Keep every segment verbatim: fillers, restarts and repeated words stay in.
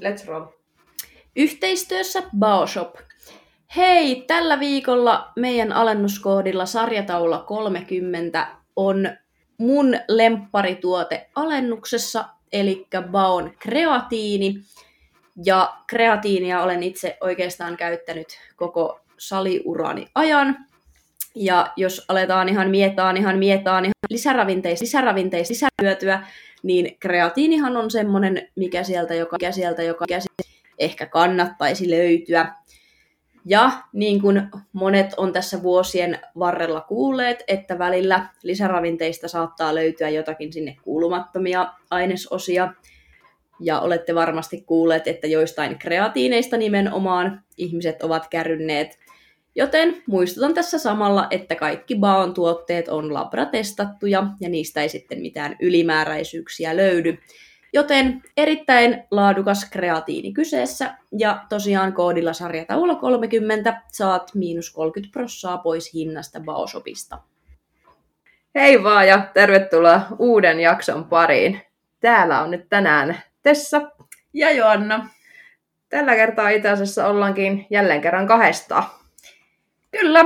Let's roll. Yhteistyössä Baoshop. Hei, tällä viikolla meidän alennuskoodilla sarjataula kolmekymmentä on mun lempparituote alennuksessa, eli Baon kreatiini. Ja kreatiinia olen itse oikeastaan käyttänyt koko saliurani ajan. Ja jos aletaan ihan mietaan, ihan mietaan ihan lisäravinteista, lisäravinteista, lisähyötyä, niin kreatiinihan on semmoinen, mikä sieltä joka, mikä sieltä joka käsi ehkä kannattaisi löytyä. Ja niin kuin monet on tässä vuosien varrella kuulleet, että välillä lisäravinteista saattaa löytyä jotakin sinne kuulumattomia ainesosia. Ja olette varmasti kuulleet, että joistain kreatiineista nimenomaan ihmiset ovat kärynneet. Joten muistutan tässä samalla, että kaikki Baon tuotteet on labratestattuja ja niistä ei sitten mitään ylimääräisyyksiä löydy. Joten erittäin laadukas kreatiini kyseessä ja tosiaan koodilla sarjataula kolmekymmentä saat miinus kolmekymmentä prosenttia pois hinnasta Baoshopista. Hei vaan ja tervetuloa uuden jakson pariin. Täällä on nyt tänään Tessa ja Joanna. Tällä kertaa itse asiassa ollaankin jälleen kerran kahdestaan. Kyllä.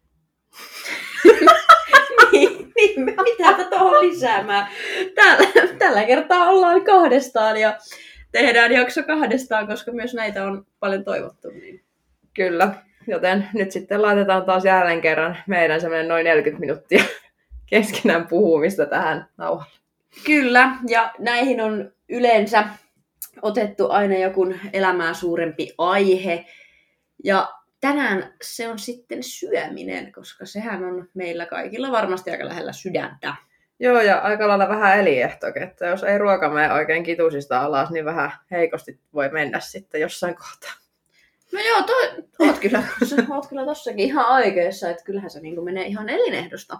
niin, niin, mitäpä tuohon lisäämään. Tällä, tällä kertaa ollaan kahdestaan ja tehdään jakso kahdestaan, koska myös näitä on paljon toivottu. Niin. Kyllä, joten nyt sitten laitetaan taas jälleen kerran meidän semmoinen noin neljäkymmentä minuuttia keskenään puhumista tähän nauhalle. Kyllä, ja näihin on yleensä otettu aina joku elämää suurempi aihe. Ja tänään se on sitten syöminen, koska sehän on meillä kaikilla varmasti aika lähellä sydäntä. Joo, ja aika lailla vähän eliehtokin, että jos ei ruoka mene oikein kitusista alas, niin vähän heikosti voi mennä sitten jossain kohtaa. No joo, toi, oot, kyllä, oot kyllä tossakin ihan oikeassa, että kyllähän se niin menee ihan elinehdosta.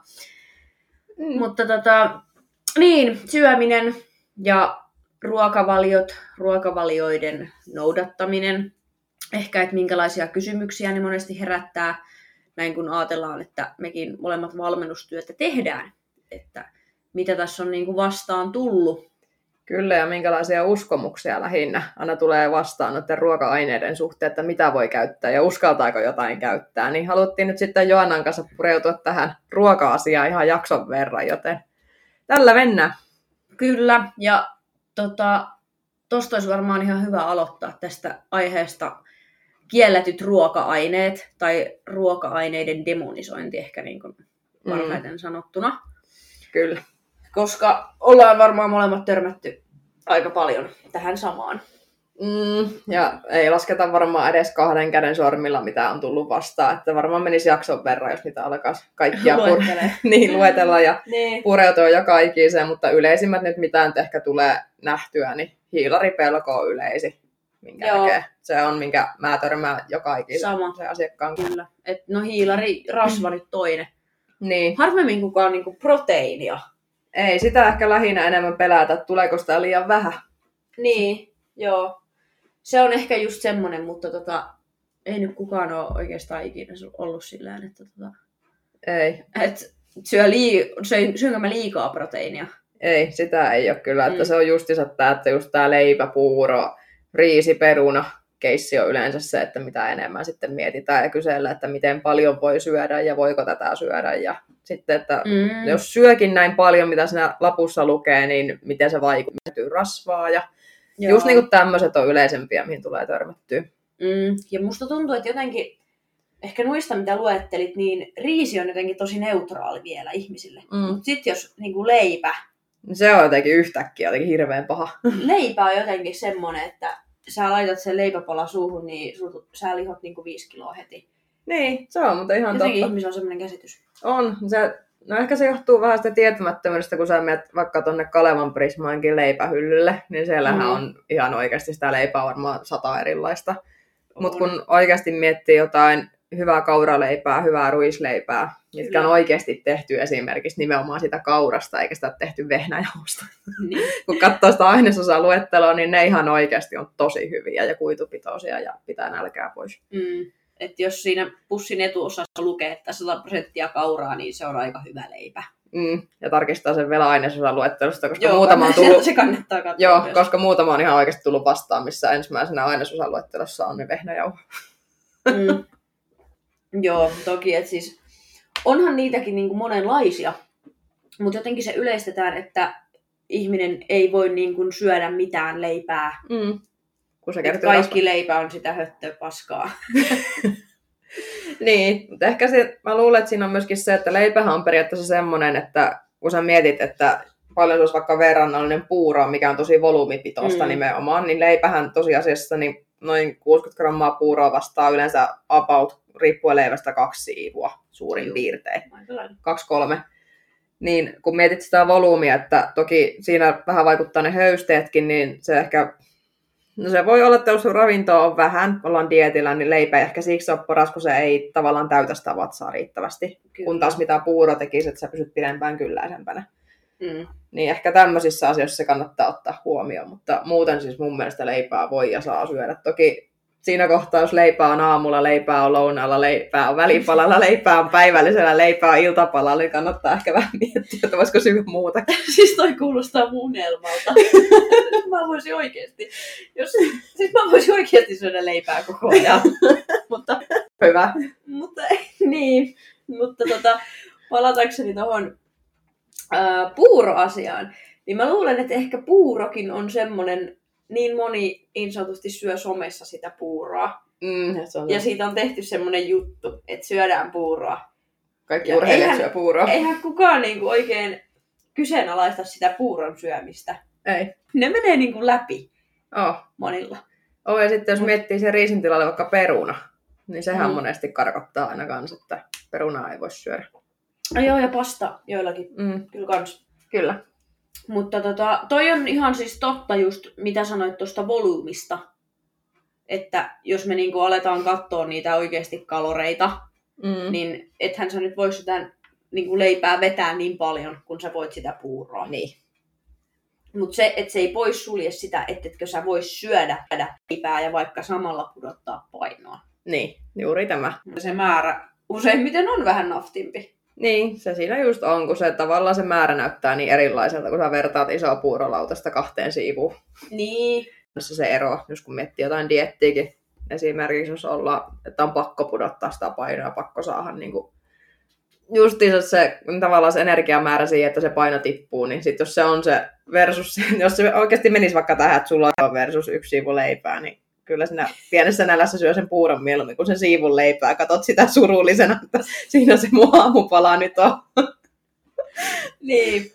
Mm. Mutta tota, niin, syöminen ja ruokavaliot, ruokavalioiden noudattaminen. Ehkä, että minkälaisia kysymyksiä ne monesti herättää, näin kun ajatellaan, että mekin molemmat valmennustyötä tehdään, että mitä tässä on niin kuin vastaan tullut. Kyllä, ja minkälaisia uskomuksia lähinnä aina tulee vastaan noiden ruoka-aineiden suhteen, että mitä voi käyttää ja uskaltaako jotain käyttää. Niin haluttiin nyt sitten Joannan kanssa pureutua tähän ruoka-asiaan ihan jakson verran, joten tällä mennään. Kyllä, ja tota, tosta olisi varmaan ihan hyvä aloittaa tästä aiheesta kielletyt ruoka-aineet tai ruoka-aineiden demonisointi ehkä niin kuin parhaiten mm. sanottuna. Kyllä. Koska ollaan varmaan molemmat törmätty aika paljon tähän samaan. Mm, ja ei lasketa varmaan edes kahden käden sormilla, mitä on tullut vastaan. Että varmaan menisi jakson verran, jos niitä alkaisi kaikkia pur- niin, luetella ja niin. pureutua joka ikiseen. Mutta yleisimmät nyt, mitä nyt ehkä tulee nähtyä, niin hiilaripelko on yleisin. Minkä näkee. Se on, minkä mä törmään joka ikisen se asiakkaan. Kyllä. Et, no hiilari, rasva nyt toinen. Niin. Harvemmin kukaan niinku proteiinia. Ei, sitä ehkä lähinnä enemmän pelätä, että tuleeko sitä liian vähän. Niin, joo. Se on ehkä just semmonen, mutta tota, ei nyt kukaan ole oikeastaan ikinä ollut sillään, että tota, ei. Et syö lii, syönkö mä liikaa proteiinia? Ei, sitä ei ole kyllä. Mm. Että se on justiinsa tää, että just tää leipä, puuro, riisi, peruna, keissi on yleensä se, että mitä enemmän sitten mietitään ja kysellään, että miten paljon voi syödä ja voiko tätä syödä. Ja sitten, että mm. jos syökin näin paljon, mitä siinä lapussa lukee, niin miten se vaikuttaa rasvaa. Ja joo. Just niin kuin tämmöiset on yleisempiä, mihin tulee törmättyä. Mm. Ja musta tuntuu, että jotenkin, ehkä noista mitä luettelit, niin riisi on jotenkin tosi neutraali vielä ihmisille. Mm. Mutta sitten jos niin kuin leipä, se on jotenkin yhtäkkiä jotenkin hirveän paha. Leipä on jotenkin semmoinen, että sä laitat sen leipäpala suuhun, niin sul, sä lihot niinku viisi kiloa heti. Niin, se on mutta ihan jotenkin totta. Ihmisillä on semmoinen käsitys. On. Se, no ehkä se johtuu vähän sitä tietämättömyydestä, kun sä menet vaikka tonne Kalevan Prismaankin leipähyllylle, niin siellähän mm. on ihan oikeasti sitä leipää varmaan sata erilaista. Mutta kun oikeasti miettii jotain hyvää kauraleipää, hyvää ruisleipää, mitkä Kyllä. on oikeasti tehty esimerkiksi nimenomaan sitä kaurasta, eikä sitä ole tehty vehnäjauhosta. Niin. Kun katsoo sitä ainesosaluetteloa, niin ne ihan oikeasti on tosi hyviä ja kuitupitoisia ja pitää nälkää pois. Mm. Et jos siinä pussin etuosassa lukee, että sata prosenttia kauraa, niin se on aika hyvä leipä. Mm, ja tarkistaa sen vielä ainesosaluettelosta, koska Joo, muutama on tullut... se kannattaa katsoa Joo, myös. koska muutama on ihan oikeasti tullut vastaan, missä ensimmäisenä ainesosaluettelossa on ne vehnäjauho. Mm. Joo, toki, että siis onhan niitäkin niin kuin monenlaisia, mutta jotenkin se yleistetään, että ihminen ei voi niin kuin syödä mitään leipää. Mm. Kun se kaikki rasva. Leipä on sitä höttöpaskaa. Niin, mutta ehkä se, mä luulen, että siinä on myöskin se, että leipähän on periaatteessa semmoinen, että kun sä mietit, että paljon se olisi vaikka verrannallinen puuro, mikä on tosi volyymipitoista mm. nimenomaan, niin leipähän tosiasiassa niin noin kuusikymmentä grammaa puuroa vastaa yleensä about, riippuen leivästä, kaksi siivua suurin Juu. piirtein. Kaksi, kolme. Niin kun mietit sitä volyymia, että toki siinä vähän vaikuttaa ne höysteetkin, niin se ehkä, no se voi olla, että jos ravintoa on vähän, ollaan dietillä, niin leipä ei ehkä siksi ole paras, kun se ei tavallaan täytä sitä vatsaa riittävästi. Kyllä. Kun taas mitä puuro tekisi, että sä pysyt pidempään kylläisempänä. Mm. Niin ehkä tämmöisissä asioissa se kannattaa ottaa huomioon, mutta muuten siis mun mielestä leipää voi ja saa syödä. Toki siinä kohtaa, jos leipää on aamulla, leipää on lounaalla, leipää on välipalalla, leipää on päivällisellä, leipää on iltapalalla, niin kannattaa ehkä vähän miettiä, että voisiko syödä muuta. Siis toi kuulostaa unelmalta. Mä voisin oikeesti, jos, siis mä voisin oikeesti syödä leipää koko ajan. mutta, Hyvä. Mutta niin, mutta tota, palatakseni tohon ää, puuroasiaan, niin mä luulen, että ehkä puurokin on semmonen, niin moni niin sanotusti syö somessa sitä puuroa. Mm, ja siitä on tehty semmoinen juttu, että syödään puuroa. Kaikki urheilijat syö puuroa. Eihän kukaan niinku oikein kyseenalaista sitä puuron syömistä. Ei. Ne menee niinku läpi oh. monilla. Oh, ja sitten jos miettii sen riisin tilalle vaikka peruna, niin sehän mm. monesti karkottaa aina kans, että perunaa ei voi syödä. No joo, ja pasta joillakin. Mm. Kyllä kans. Kyllä. Mutta tota, toi on ihan siis totta just, mitä sanoit tuosta volyymista. Että jos me niinku aletaan katsoa niitä oikeasti kaloreita, mm. niin ethän sä nyt voi sitä niinku leipää vetää niin paljon, kun sä voit sitä puuroa. Niin. Mutta se, että se ei pois sulje sitä, ettetkö sä vois syödä leipää ja vaikka samalla pudottaa painoa. Niin, juuri tämä. Se määrä useimmiten on vähän naftimpi. Niin, se siinä just on, kun se tavallaan se määrä näyttää niin erilaiselta, kun sä vertaat isoa puurolautasta kahteen siivuun. Niin. Tässä se ero, jos kun miettii jotain diettiäkin. Esimerkiksi jos ollaan, että on pakko pudottaa sitä painoa, pakko saada niin kuin justiinsa se tavallaan se energiamäärä siihen, että se paino tippuu, niin sit jos se on se versus, jos se oikeasti menisi vaikka tähän, että sulla on versus yksi siivu leipää, niin kyllä siinä pienessä nälässä syö sen puuron mieluummin kuin sen siivun leipää. Katot sitä surullisena, että siinä se mun aamupala nyt on. Niin.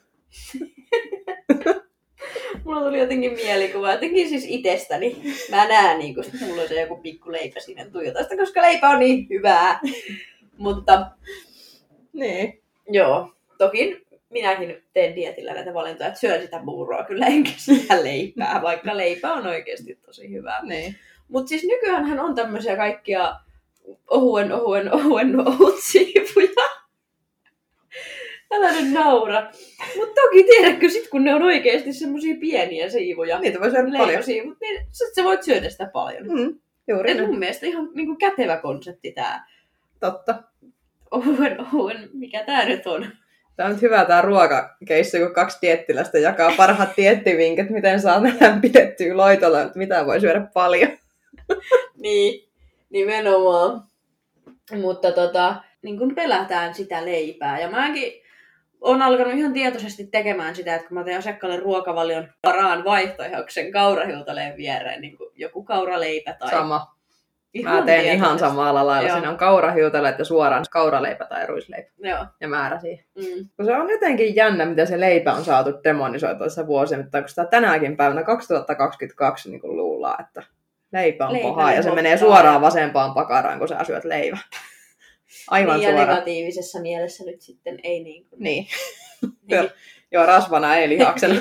Mulla tuli jotenkin mielikuva, jotenkin siis itsestäni. Mä näen, niin kun mulla on se joku pikku leipä siinä tuijotasta, koska leipä on niin hyvää. Mutta niin. Joo, toki minäkin teen dietillä näitä valintoja, että syön sitä puuroa kyllä enkä sitä leipää, vaikka leipä on oikeasti tosi hyvää. Niin. Mutta siis nykyäänhän on tämmöisiä kaikkia ohuen, ohuen, ohuen, ohut siivuja. Älä nyt naura. Mutta toki tiedätkö sit, kun ne on oikeasti semmosia pieniä siivuja. Niitä voi syödä paljon. Niin sit sä voit syödä sitä paljon. Mm, juuri Et mun mielestä ihan niinku kätevä konsepti tää. Totta. Ohuen, ohuen, mikä tää nyt on? Tää on nyt hyvä tää ruokakeissi, kun kaksi diettiläistä jakaa parhaat diettivinkit, miten saa nähdä pidettyä loitolla, että mitä voi syödä paljon. Niin, nimenomaan. Mutta tota, niin kun pelätään sitä leipää. Ja mäkin olen alkanut ihan tietoisesti tekemään sitä, että kun mä teen asiakkaalle ruokavalion, varaan vaihtoehdoksen kaurahiutaleen viereen, niin kuin joku kauraleipä tai... Sama. Ihan mä teen ihan samalla lailla. Joo. Siinä on kaurahiutaleet ja suoraan kauraleipä tai ruisleipä. Joo. Ja määrä siihen. Mm. Kun se on jotenkin jännä, miten se leipä on saatu demonisoitua tässä vuosina. Mutta kun sitä tänäkin päivänä kaksituhattakaksikymmentäkaksi niin kun luullaan, että leipä on leipä pahaa. Ja se ottaa. Menee suoraan vasempaan pakaraan, kun sä syöt leivä. Aivan niin, suoraan. Ja negatiivisessa mielessä nyt sitten ei niin kuin... Niin. niin. Joo, rasvana ei lihaksena.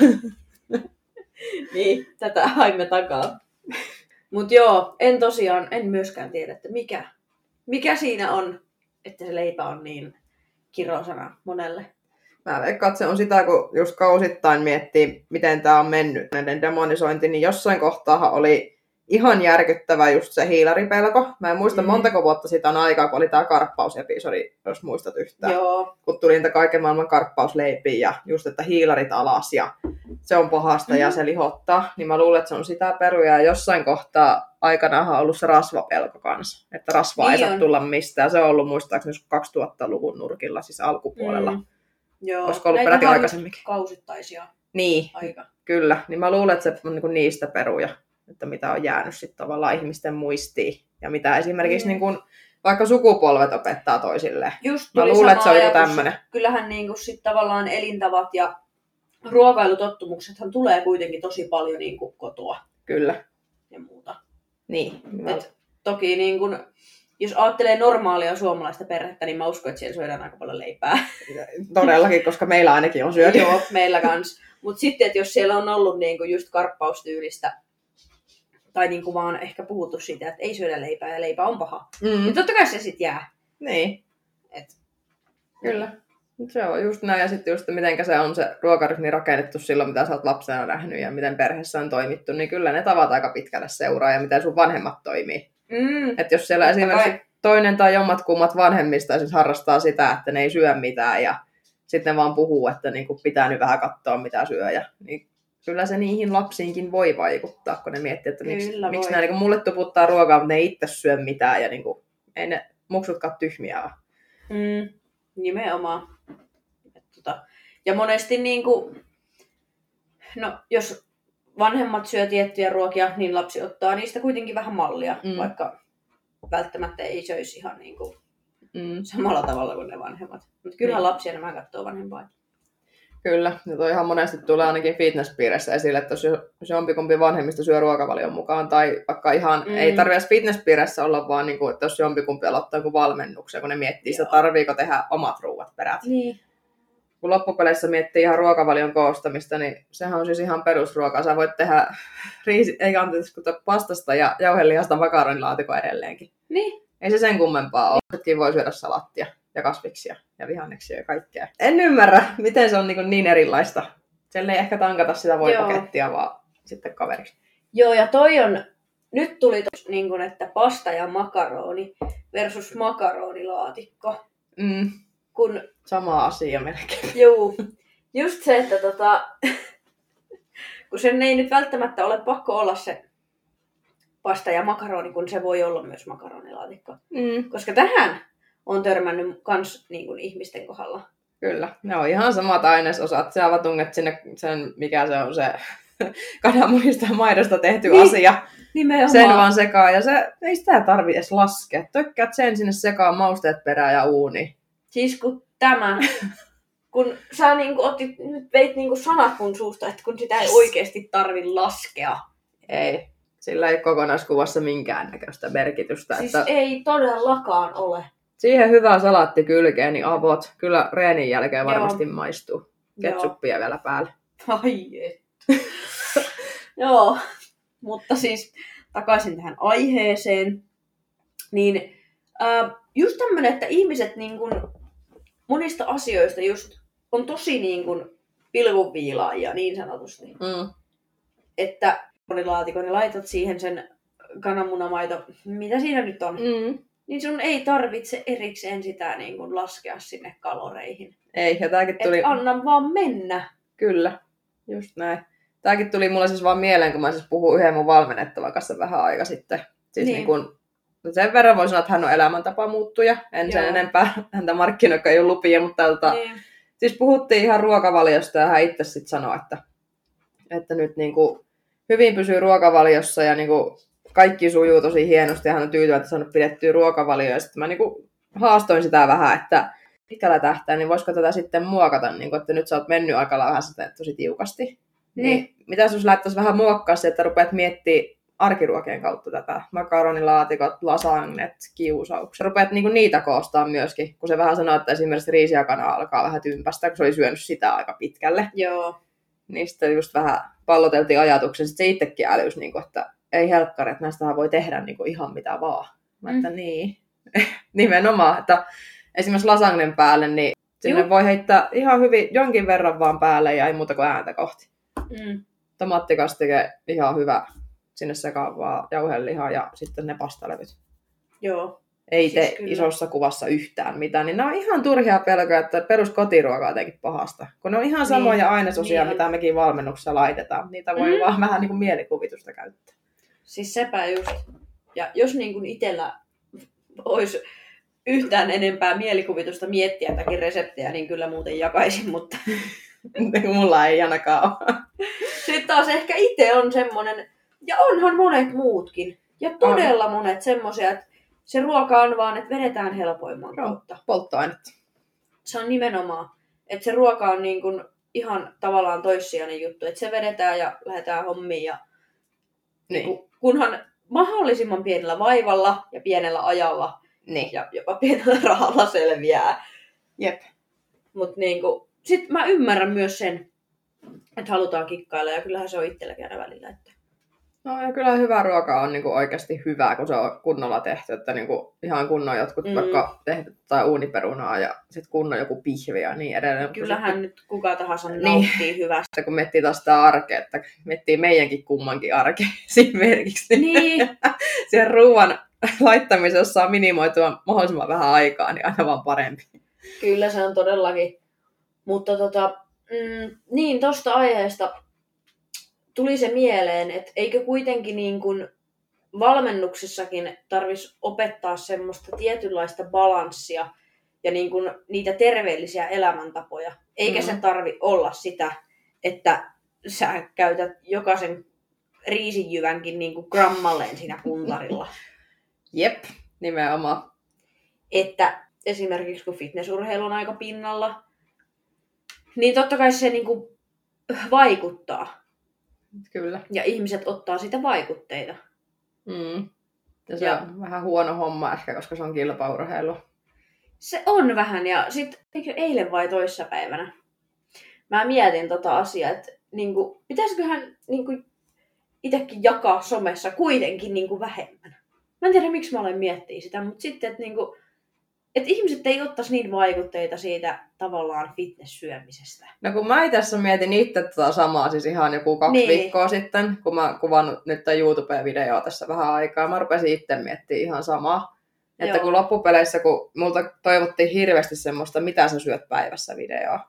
Niin, tätä haimme takaa. Mut joo, en tosiaan, en myöskään tiedä, että mikä, mikä siinä on, että se leipä on niin kirosana monelle. Mä veikkaan, että se on sitä, kun just kausittain miettii, miten tää on mennyt, näiden demonisointi, niin jossain kohtaahan oli ihan järkyttävä just se hiilaripelko. Mä en muista Mm. montako vuotta siitä on aikaa, kun oli tää karppausepisodi, jos muistat yhtään. Joo. Kun tuli niitä kaiken maailman karppausleipiä ja just, että hiilarit alas ja se on pahasta mm. ja se lihottaa. Niin mä luulen, että se on sitä peruja. Ja jossain kohtaa aikanaan on ollut se rasvapelko kanssa. Että rasvaa niin ei saa tulla mistään. Se on ollut muistaakseni kaksituhattaluvun nurkilla, siis alkupuolella. Mm. Joo. Olisiko ollut peräti aikaisemminkin? Kausittaisia niin, aika. Kyllä. Niin mä luulen, että se on niinku niistä peruja, että mitä on jäänyt sitten tavallaan ihmisten muistiin. Ja mitä esimerkiksi mm. niin kuin, vaikka sukupolvet opettaa toisilleen. Just mä luulen, että se on joku tämmöinen. Kyllähän niin kuin sit tavallaan elintavat ja ruokailutottumuksethan tulee kuitenkin tosi paljon niin kuin kotoa. Kyllä. Ja muuta. Niin. Et toki niin kuin, jos ajattelee normaalia suomalaista perhettä, niin mä uskon, että siellä syödään aika paljon leipää. Todellakin, koska meillä ainakin on syöty. Joo, meillä kans. Mutta sitten, että jos siellä on ollut niin kuin just karppaustyylistä, tai niin kuin vaan ehkä puhuttu siitä, että ei syödä leipää ja leipä on paha, mm. niin totta kai se sitten jää. Niin. Et, Kyllä. Se on just näin. Ja sitten just, miten se on se ruokarytmi rakennettu silloin, mitä sä oot lapsena nähnyt ja miten perheessä on toimittu, niin kyllä ne tavat aika pitkälle seuraa ja miten sun vanhemmat toimii. Mm. Että jos siellä esimerkiksi vai toinen tai jommat kummat vanhemmista siis harrastaa sitä, että ne ei syö mitään ja sitten vaan puhuu, että niinku pitää nyt vähän katsoa mitä syö. Ja, niin kyllä se niihin lapsiinkin voi vaikuttaa, kun ne miettii, että miksi, miksi nämä niinku, mulle tuputtaa ruokaa, mutta ne ei itse syö mitään ja niinku, ei ne muksutkaan tyhmiä ole. Mm. Nimenomaan. Tota, ja monesti niinku, no, jos vanhemmat syö tiettyjä ruokia, niin lapsi ottaa niistä kuitenkin vähän mallia, mm. vaikka välttämättä ei söisi ihan niinku mm. samalla tavalla kuin ne vanhemmat. Mutta kyllähän mm. lapsia nämä katsoo vanhempaa. Kyllä, ja toi ihan monesti tulee ainakin fitnesspiirissä esille, että jos jompikumpi vanhemmista syö ruokavalion mukaan, tai vaikka ihan, mm. ei tarvitse fitnesspiirissä olla, vaan niin kuin, että jos jompikumpi aloittaa joku valmennuksen, kun ne miettii sitä, tarviiko tehdä omat ruuat perät. Niin. Kun loppupeleissä miettii ihan ruokavalion koostamista, niin sehän on siis ihan perusruokaa. Sä voit tehdä riisi, ei anteeksi, pastasta ja jauhelihasta makaronilaatikon edelleenkin. Niin. Ei se sen kummempaa ole. Nytkin voi syödä salattia ja kasviksia ja vihanneksia ja kaikkea. En ymmärrä, miten se on niin, niin erilaista. Siellä ei ehkä tankata sitä voipakettia, vaan sitten kaveriksi. Joo, ja toi on, nyt tuli tos, niin kun, että pasta ja makaroni versus makaronilaatikko. Mm. Kun, sama asia melkein. Juu, just se, että tota, kun sen ei nyt välttämättä ole pakko olla se pasta ja makaroni, kun se voi olla myös makaronilaatikko. Mm. Koska tähän on törmännyt kans niin kuin ihmisten kohdalla. Kyllä, ne on ihan samat ainesosat. Sä vaan tunget sinne sen, mikä se on se kananmunista ja maidosta tehty niin, asia. Nimenomaan. Sen vaan sekaan. Ja se, ei sitä tarvitse edes laskea. Tökkäät sen sinne sekaan, mausteet perään ja uuniin. Siis kun tämä, kun sä niinku otit, nyt veit niinku sanat mun suusta, että kun sitä ei oikeasti tarvi laskea. Ei. Sillä ei kokonaiskuvassa minkäännäköistä merkitystä. Siis että ei todellakaan ole. Siihen hyvä salaatti kylkeen, niin avot. Kyllä reenin jälkeen varmasti Joo. maistuu. Ketsuppia vielä päälle. Ai et. Joo, mutta siis takaisin tähän aiheeseen. Niin äh, just tämmönen, että ihmiset niin kun, monista asioista just on tosi niin kun pilkunviilaajia niin sanotusti. Mm. Että laatikon ja laitat siihen sen kananmunamaito, mitä siinä nyt on, mm. niin sun ei tarvitse erikseen sitä niin kun laskea sinne kaloreihin. Ei, ja tääkin tuli... Et anna vaan mennä. Kyllä, just näin. Tääkin tuli mulle siis vaan mieleen, kun mä siis puhuin yhden mun valmennettavan kanssa vähän aika sitten. Siis niin. Niin kun, sen verran voi sanoa, että hän on elämäntapa muuttuja. En Joo. sen enempää häntä markkinoikaan ei ole lupia, mutta tältä... Niin. Siis puhuttiin ihan ruokavaliosta ja hän itse sitten sanoi, että, että nyt niin kuin hyvin pysyy ruokavaliossa ja niin kuin kaikki sujuu tosi hienosti ja hän on tyytyväinen, että saanut pidettyä ruokavalioa. Ja sitten mä niin kuin haastoin sitä vähän, että pitkällä tähtää, niin voisiko tätä sitten muokata, niin kuin, että nyt sä oot mennyt aika vähän sitä tosi tiukasti. Niin. niin mitä jos lähtäisi vähän muokkaa se, että rupeat miettimään arkiruokien kautta tätä makaronilaatikot, lasagnet, kiusaukset. Rupeat niinku niitä koostaa myöskin, kun se vähän sanoo, että esimerkiksi riisi ja kana alkaa vähän tympästä, kun se oli syönyt sitä aika pitkälle. Joo. Niin sitten just vähän palloteltiin ajatuksen, sitten se itsekin älyys, niinku, että ei helkkari, että näistähän voi tehdä niinku ihan mitä vaan. Mä mm. että niin, nimenomaan, että esimerkiksi lasagnen päälle, niin sinne Juh. voi heittää ihan hyvin jonkin verran vaan päälle ja ei muuta kuin ääntä kohti. Mm. Tomaattikastike ihan hyvä. sinne sekaavaa jauhelihaa ja sitten ne pastalevyt. Joo. Ei Siis tee kyllä. isossa kuvassa yhtään mitään, niin nämä on ihan turhia pelkoja, että perus kotiruoka on jotenkin pahasta. Kun ne on ihan samoja Niin, ainesosia, niin mitä mekin valmennuksessa laitetaan. Niitä voi Mm. vaan vähän niin kuin mielikuvitusta käyttää. Siis sepä just. Ja jos niin kuin itsellä olisi yhtään enempää mielikuvitusta miettiä jotakin reseptiä, niin kyllä muuten jakaisin, mutta Mulla ei ainakaan ole. sitten taas ehkä itse on semmonen, ja onhan monet muutkin, ja todella monet semmoisia, että se ruoka on vaan, että vedetään helpoimman kautta. Polttoainetta. Se on nimenomaan, että se ruoka on niin kuin ihan tavallaan toissijainen juttu, että se vedetään ja lähdetään hommiin, ja Niin. niin kuin, kunhan mahdollisimman pienellä vaivalla ja pienellä ajalla Niin. ja jopa pienellä rahalla selviää. Jep. Mutta niinku, sit mä ymmärrän myös sen, että halutaan kikkailla ja kyllähän se on itselläkin aina välillä. Että... No ja kyllä hyvä ruoka on niinku oikeasti hyvää, kun se on kunnolla tehty. Että niinku ihan kunnon jotkut mm. vaikka tehty tai uuniperunaa ja sitten kunnon joku pihvi ja niin edelleen. Kyllähän sitten... nyt kuka tahansa niin. nauttii hyvästä. Kun miettii taas sitä arkea, että miettii meidänkin kummankin arkea esimerkiksi. Niin. Siihen ruoan laittamisessa, jos saa minimoitua mahdollisimman vähän aikaa, niin aina vaan parempi. Kyllä se on todellakin. Mutta tota, mm, niin tosta aiheesta tuli se mieleen, että eikö kuitenkin niin kuin valmennuksessakin tarvitsisi opettaa semmoista tietynlaista balanssia ja niin kuin niitä terveellisiä elämäntapoja. Eikä mm. se tarvi olla sitä, että sä käytät jokaisen riisijyvänkin niin kuin grammalleen siinä puntarilla. Jep, nimenomaan. Että esimerkiksi kun fitnessurheilu on aika pinnalla, niin totta kai se niin kuin vaikuttaa. Kyllä. Ja ihmiset ottaa sitä vaikutteita. Mm. Ja se ja. on vähän huono homma ehkä, koska se on kilpaurheilu. Se on vähän, ja sitten eilen vai toissapäivänä mä mietin tota asiaa, että niinku, pitäisiköhän niinku, itsekin jakaa somessa kuitenkin niinku, vähemmän. Mä en tiedä, miksi mä olen miettiä sitä, mutta sitten, että niinku, et ihmiset ei ottaisi niin vaikutteita siitä tavallaan fitness-syömisestä. No kun mä itse mietin itse tätä samaa, siis ihan joku kaksi niin. viikkoa sitten, kun mä kuvannut nyt tämän YouTube-videoa tässä vähän aikaa, mä rupesin itse miettimään ihan samaa. Että Joo. kun loppupeleissä, kun multa toivottiin hirveästi semmoista, mitä sä syöt päivässä videoa.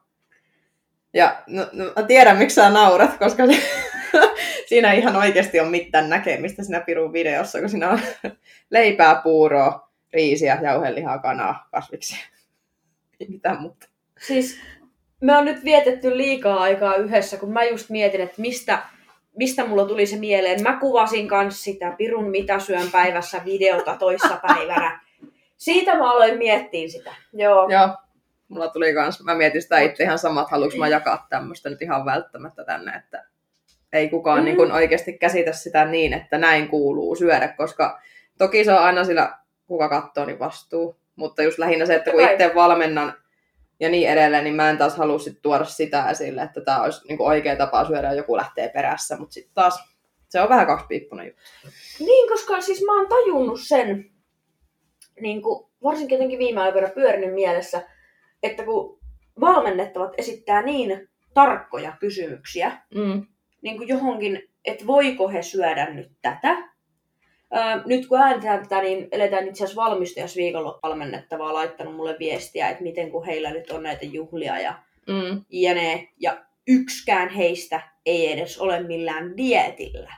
Ja no, no, mä tiedän, miksi sä naurat, koska se, siinä ei ihan oikeasti ole mitään näkemistä siinä pirun videossa, kun siinä on leipää, puuroa, riisiä, jauhelihaa, kanaa, kasviksia. Ei mitään muuta. Siis me on nyt vietetty liikaa aikaa yhdessä, kun mä just mietin, että mistä, mistä mulla tuli se mieleen. Mä kuvasin kanssa sitä pirun mitä syön päivässä videota toissa päivänä. Siitä mä aloin miettiä sitä. Joo. Joo. Mulla tuli kans, mä mietin sitä itse ihan samat, haluanko mä jakaa tämmöistä nyt ihan välttämättä tänne, että ei kukaan mm. niin kun oikeasti käsitä sitä niin, että näin kuuluu syödä, koska toki se on aina sillä, kuka katsoo, niin vastuu. Mutta just lähinnä se, että kun itse valmennan ja niin edelleen, niin mä en taas halua sit tuoda sitä esille, että tää olisi niin kuin oikea tapa syödä ja joku lähtee perässä. Mutta sitten taas se on vähän kaksipiippunen juttu. Niin, koska siis mä oon tajunnut sen, niin kuin varsinkin jotenkin viime aikoina pyörinyt mielessä, että kun valmennettavat esittää niin tarkkoja kysymyksiä, mm. niin kuin johonkin, että voiko he syödä nyt tätä. Öö, nyt kun äänitetään tätä, niin eletään itse asiassa valmistajasviikolla valmennettavaa laittanut mulle viestiä, että miten kun heillä nyt on näitä juhlia ja mm. jne. Ja yksikään heistä ei edes ole millään dietillä.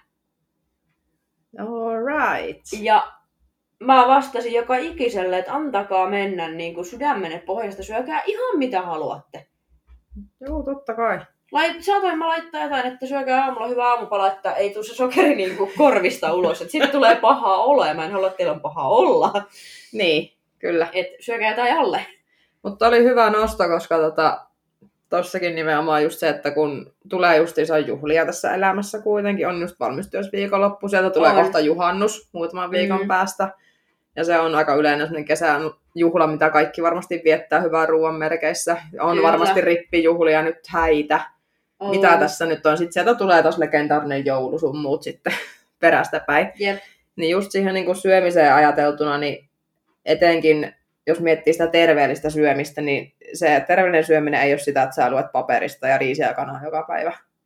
All right. Ja mä vastasin joka ikiselle, että antakaa mennä niin kuin sydämenne pohjasta, syökää ihan mitä haluatte. Joo, totta kai. Lait, saatoin mä laittaa jotain, että syökää aamulla hyvä aamupala, että ei tule se sokeri niin kuin korvista ulos. Että sitten tulee pahaa oloa ja mä en halua, että teillä on pahaa olla. Niin, kyllä. Et syökää jotain alle. Mutta oli hyvä nosto, koska tota, tossakin nimenomaan just se, että kun tulee justiinsa juhlia tässä elämässä kuitenkin, on just valmistyösviikonloppu, sieltä tulee on. kohta juhannus muutaman viikon mm. päästä. Ja se on aika yleinen sellainen kesän juhla, mitä kaikki varmasti viettää hyvää ruoan merkeissä. On Kyllä. varmasti rippijuhlia, nyt häitä. Oh. Mitä tässä nyt on? Sitten sieltä tulee taas legendaarinen joulu sun muut sitten perästä päin. Yep. Niin just siihen niin kuin syömiseen ajateltuna, niin etenkin jos miettii sitä terveellistä syömistä, niin se terveellinen syöminen ei ole sitä, että sä luet paperista ja riisiä ja kanaa joka päivä.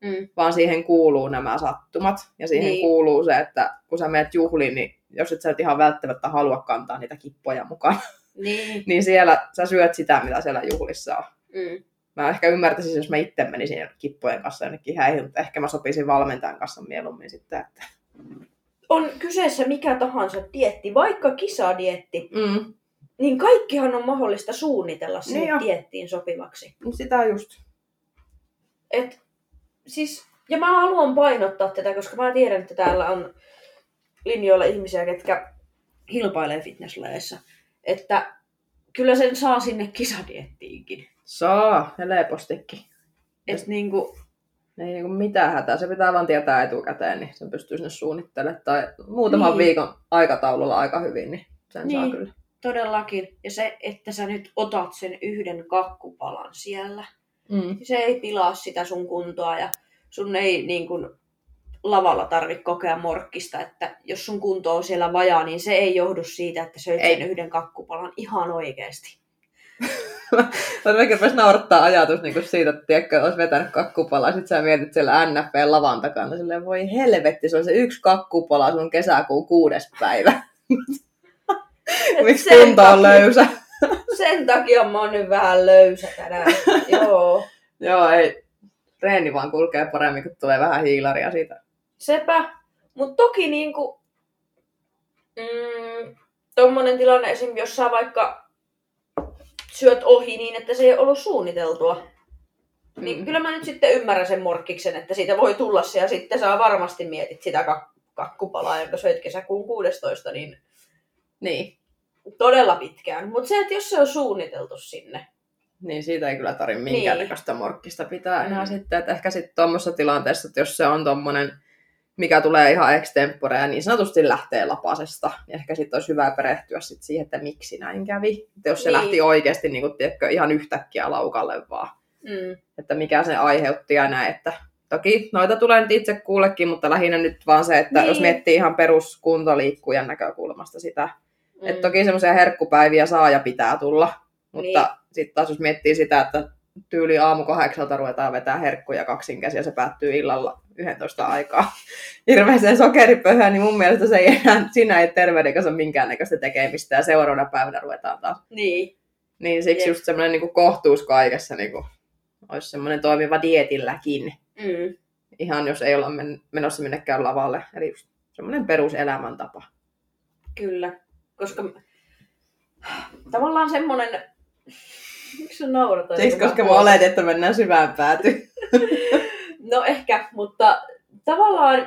mm. vaan siihen kuuluu nämä sattumat. Ja siihen niin. kuuluu se, että kun sä menet juhliin, niin jos et sä et ihan välttämättä halua kantaa niitä kippoja mukaan, niin, niin siellä sä syöt sitä, mitä siellä juhlissa on. Mm. Mä ehkä ymmärtäisin, jos mä itse menisin kippojen kanssa jonnekin häihin, mutta ehkä mä sopisin valmentajan kanssa mieluummin sitten. Että... On kyseessä mikä tahansa dieetti, vaikka kisadietti, mm. niin kaikkihan on mahdollista suunnitella sinne niin diettiin sopivaksi. Sitä just. Et, siis, ja mä haluan painottaa tätä, koska mä tiedän, että täällä on linjoilla ihmisiä, ketkä kilpailee fitnesslajeissa. Että kyllä sen saa sinne kisadiettiinkin. Saa, helpostikin. Et niinku... Ei niinku mitään hätää, se pitää vaan tietää etukäteen, niin sen pystyy sinne suunnittelemaan. Tai muutaman niin. viikon aikataululla aika hyvin, niin sen niin, saa kyllä. Todellakin. Ja se, että sä nyt otat sen yhden kakkupalan siellä, mm. se ei pilaa sitä sun kuntoa ja sun ei niin kuin lavalla tarvitse kokea morkkista, että jos sun kunto on siellä vajaa, niin se ei johdu siitä, että söit ei. sen yhden kakkupalan ihan oikeasti. Mä oikein pääs naurattaa ajatus niin siitä, että tiedätkö, olisi vetänyt kakkupalaa, ja sit sä mietit siellä N F P-lavan takana, silleen voi helvetti, se on se yksi kakkupala, se on kesäkuun kuudes päivä. Miksi kunto on löysä? Sen takia mä oon nyt vähän löysä tänään. Joo. Joo, ei. Treeni vaan kulkee paremmin, kun tulee vähän hiilaria siitä. Sepä. Mut toki niinku... Mm, tommonen tilanne esim. Jos sä vaikka syöt ohi niin, että se ei ollut suunniteltua. Mm. Niin kyllä mä nyt sitten ymmärrän sen morkkiksen, että siitä voi tulla se ja sitten sä varmasti mietit sitä kak- kakkupalaa, jonka söit kesäkuun kuudestoista, niin, niin. todella pitkään. Mutta se, että jos se on suunniteltu sinne. Niin siitä ei kyllä tarvitse minkäännäköistä niin. morkkista pitää enää mm. sitten. Että ehkä sitten tuommoisessa tilanteessa, että jos se on tommonen, mikä tulee ihan extempore ja niin sanotusti lähtee lapasesta, niin ehkä sitten olisi hyvä perehtyä sit siihen, että miksi näin kävi. Että jos se niin. lähti oikeasti niin kun, tiedätkö, ihan yhtäkkiä laukalle vaan. Mm. Että mikä se aiheutti ja näin. Että toki noita tulee nyt itse kuullekin, mutta lähinnä nyt vaan se, että niin. jos miettii ihan peruskuntoliikkujan näkökulmasta sitä. Mm. Että toki semmoisia herkkupäiviä saa ja pitää tulla. Mutta niin. sitten taas jos miettii sitä, että tyyli aamu kahdeksalta ruvetaan vetää herkkuja kaksin käsin ja se päättyy illalla yhdentoista aikaa hirveäseen sokeripöhään, niin mun mielestä se ei enää, siinä ei terveyden kanssa minkäännäköistä tekemistä ja seuraavana päivänä ruvetaan taas. Niin. Niin siksi Jep. just semmoinen niin kohtuus kaikessa niin kuin, olisi semmoinen toimiva dietilläkin. Mm. Ihan jos ei olla men- menossa minnekään lavalle. Eli just semmoinen peruselämäntapa. Kyllä, koska tavallaan semmoinen... Miksi sä naurataan? Siksi, koska mä oletin, että mennään syvään päätyyn. No ehkä, mutta tavallaan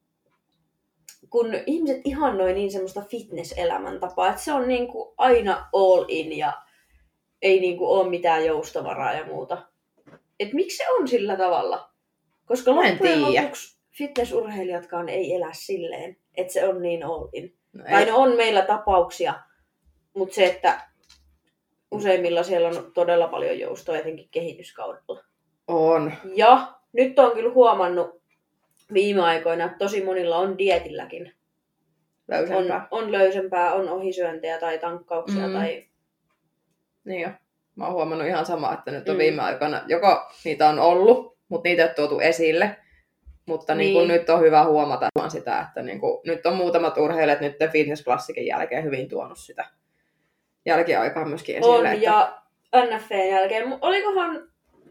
kun ihmiset ihannoi niin semmoista fitness-elämäntapaa, että se on niinku aina all in ja ei niinku ole mitään joustavaraa ja muuta. Et miksi se on sillä tavalla? Koska loppujen lopuksi fitnessurheilijatkaan ei elä silleen, että se on niin all in. No tai ne on meillä tapauksia, mutta se, että useimmilla siellä on todella paljon joustoa, etenkin kehityskaudella. On. Ja nyt on kyllä huomannut viime aikoina, että tosi monilla on dietilläkin. Löysempää. On, on löysempää, on ohisyöntejä tai tankkauksia. Mm. Tai... Niin jo. Mä oon huomannut ihan samaa, että nyt on mm. viime aikoina, joko niitä on ollut, mutta niitä ei ole tuotu esille. Mutta niin. Niin nyt on hyvä huomata sitä, että niin kuin, nyt on muutamat urheilijat nyt fitness-klassikin jälkeen hyvin tuonut sitä jälkiaikaa myöskin esille. On, että... ja N F P:n jälkeen. Olikohan,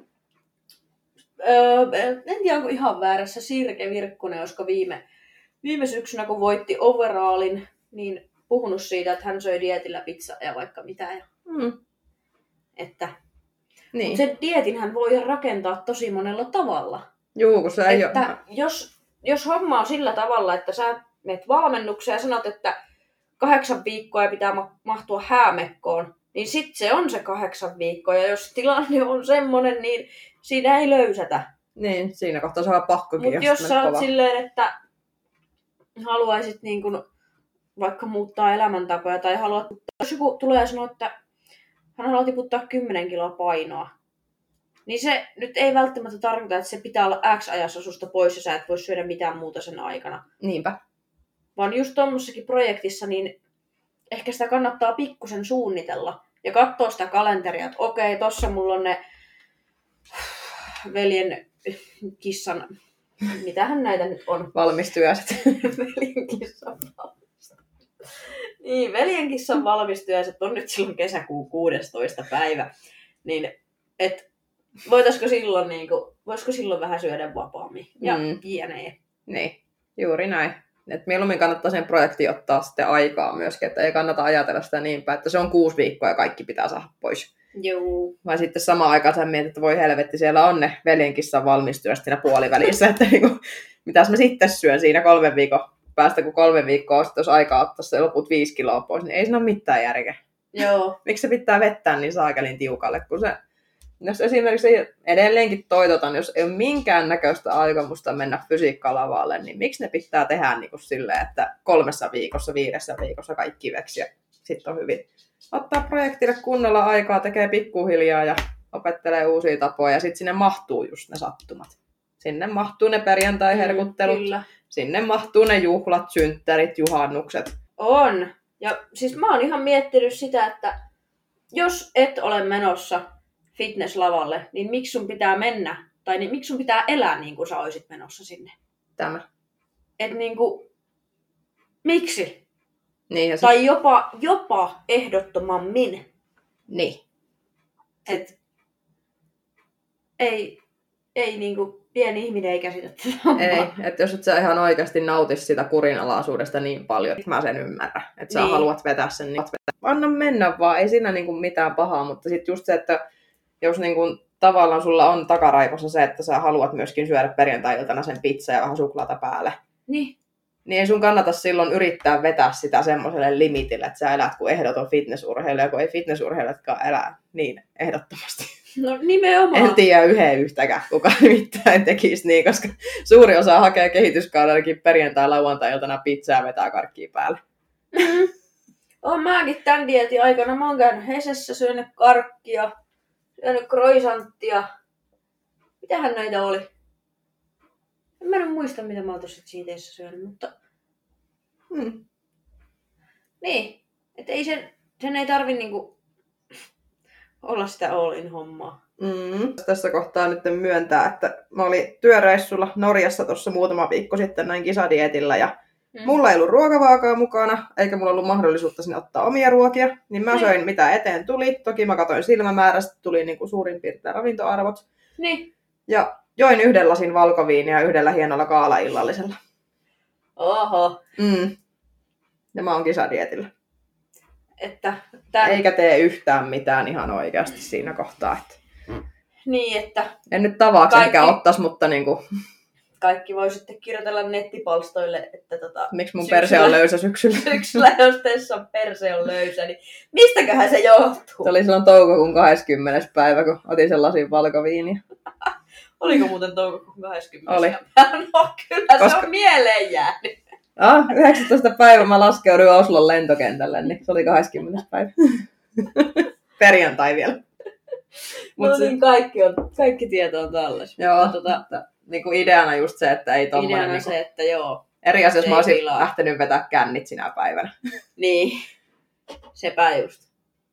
öö, en tiedä onko ihan väärässä, Sirke Virkkunen, koska viime, viime syksynä kun voitti overallin, niin puhunut siitä, että hän söi dietillä pizzaa ja vaikka mitä. Ja... Mm. Että niin. Mut sen dietin hän voi rakentaa tosi monella tavalla. Juu, kun se ei että ole... jos, jos homma on sillä tavalla, että sä menet valmennukseen ja sanot, että kahdeksan viikkoa ja pitää mahtua häämekkoon, niin sit se on se kahdeksan viikkoa. Ja jos tilanne on semmonen, niin siinä ei löysätä. Niin, siinä kohtaa se on pakkokin. Mutta jos sä oot silleen, että haluaisit niin kun vaikka muuttaa elämäntapoja tai haluat, jos joku tulee ja sanoo, että hän haluaa tiputtaa kymmenen kiloa painoa, niin se nyt ei välttämättä tarkoita, että se pitää olla X ajassa susta pois ja sä et voi syödä mitään muuta sen aikana. Niinpä. Vaan just tommossakin projektissa, niin ehkä sitä kannattaa pikkusen suunnitella ja katsoa sitä kalenteria, että okei, tossa mulla on ne veljen kissan, mitähän näitä nyt on? Valmistyöiset. Veljen kissan valmistyöiset. Niin, veljen kissan valmistyöiset on nyt silloin kesäkuun kuudestoista päivä. Niin, et voitaisiko silloin, niinku, voisiko silloin vähän syödä vapaammin ja Mm. jne. Niin, juuri näin. Et mieluummin kannattaa sen projektiin ottaa sitten aikaa myöskin, että ei kannata ajatella sitä niin päin, että se on kuusi viikkoa ja kaikki pitää saada pois. Joo. Vai sitten samaan aikaan sä mietit, että voi helvetti, siellä on ne veljenkissan valmistyöstä siinä puolivälissä, että niinku, mitäs mä sitten syön siinä kolmen viikon päästä, kun kolme viikkoa on, jos aikaa ottaa se loput viisi kiloa pois, niin ei siinä ole mitään järkeä. Joo. Miksi se pitää vettää niin saakelin tiukalle, kun se, jos esimerkiksi edelleenkin toitotan, jos ei ole minkään näköistä aikomusta mennä fysiikkalavalle, niin miksi ne pitää tehdä niin kuin silleen, että kolmessa viikossa, viidessä viikossa kaikki veksi ja sitten on hyvin. Ottaa projektille kunnolla aikaa, tekee pikkuhiljaa ja opettelee uusia tapoja ja sitten sinne mahtuu just ne sattumat. Sinne mahtuu ne perjantai-herkuttelut, Kyllä. sinne mahtuu ne juhlat, synttärit, juhannukset. On. Ja siis mä oon ihan miettinyt sitä, että jos et ole menossa fitnesslavalle, niin miksi sun pitää mennä, tai niin, miksi sun pitää elää niin kuin sä oisit menossa sinne? Tämä. Et niinku, miksi? Niin, ja sit... Tai jopa, jopa ehdottomammin. niin. Et ei, ei niinku, pieni ihminen ei käsitä tätä. Ei, että jos et sä ihan oikeasti nautis sitä kurinalaisuudesta niin paljon, että mä sen ymmärrän. Että sä Niin. haluat vetää sen, niin anna mennä vaan, ei siinä niinku mitään pahaa, mutta sitten just se, että jos niinku tavallaan sulla on takaraivossa se, että sä haluat myöskin syödä perjantai-iltana sen pizza ja vähän suklaata päälle, Niin. niin ei sun kannata silloin yrittää vetää sitä semmoiselle limitille, että sä elät kuin ehdoton fitnessurheilija, kun ei fitnessurheilijatkaan elää niin ehdottomasti. No nimenomaan. En tiedä yhden yhtäkään, kuka nimittäin tekisi niin, koska suuri osa hakee kehityskaudellakin perjantai-lauantai-iltana pizzaa ja vetää karkkia päälle. Mm. Oon mäkin tämän dieetin aikana. Mä oon käynyt Hesessä, syönyt karkkia, syönyt croissanttia. Mitähän näitä oli? En mä en muista, mitä mä oon tossa siiteissä syönyt, mutta... Hmm. Niin, että ei sen, sen ei tarvi niinku olla sitä all in hommaa. Mm. Tässä kohtaa nyt myöntää, että mä olin työreissulla Norjassa tuossa muutama viikko sitten näin kisadietillä ja mm. mulla ei ollut ruokavaakaa mukana, eikä mulla ollut mahdollisuutta sinne ottaa omia ruokia, niin mä söin mitä eteen tuli. Toki mä katsoin silmämäärästä, tuli niinku suurin piirtein ravintoarvot. Niin. Ja join yhden lasin valkoviiniä yhdellä hienolla kaalaillallisella. Oho. Mm. Ja mä oon kisadietillä. Että tämän... Eikä tee yhtään mitään ihan oikeasti siinä kohtaa. Että... Niin, että... En nyt tavaksi Kaikki... enkä ottais, mutta niinku... Kaikki voi sitten kirjoitella nettipalstoille, että tota... Miksi mun syksyllä... perse on löysä syksyllä? Syksyllä, jos Tessan perse on löysä, niin mistäköhän se johtuu? Se oli silloin toukokuun kahdeskymmenes päivä, kun otin sen lasin valkoviiniä. Oliko muuten toukokuun kahdeskymmenes? Oli. No kyllä, Koska... se on mieleen jäänyt. Ah, yhdeksästoista päivä mä laskeuduin Oslon lentokentälle, niin se oli kahdeskymmenes päivä. Perjantai vielä. Mut no niin, se... kaikki, on, kaikki tieto on tallessa. Joo, tota, mutta niinku ideana just se, että ei tommonen... Ideana niinku... se, että joo. Eri asia, jos mä olisin pilaa. lähtenyt vetää kännit sinä päivänä. Niin, sepä just.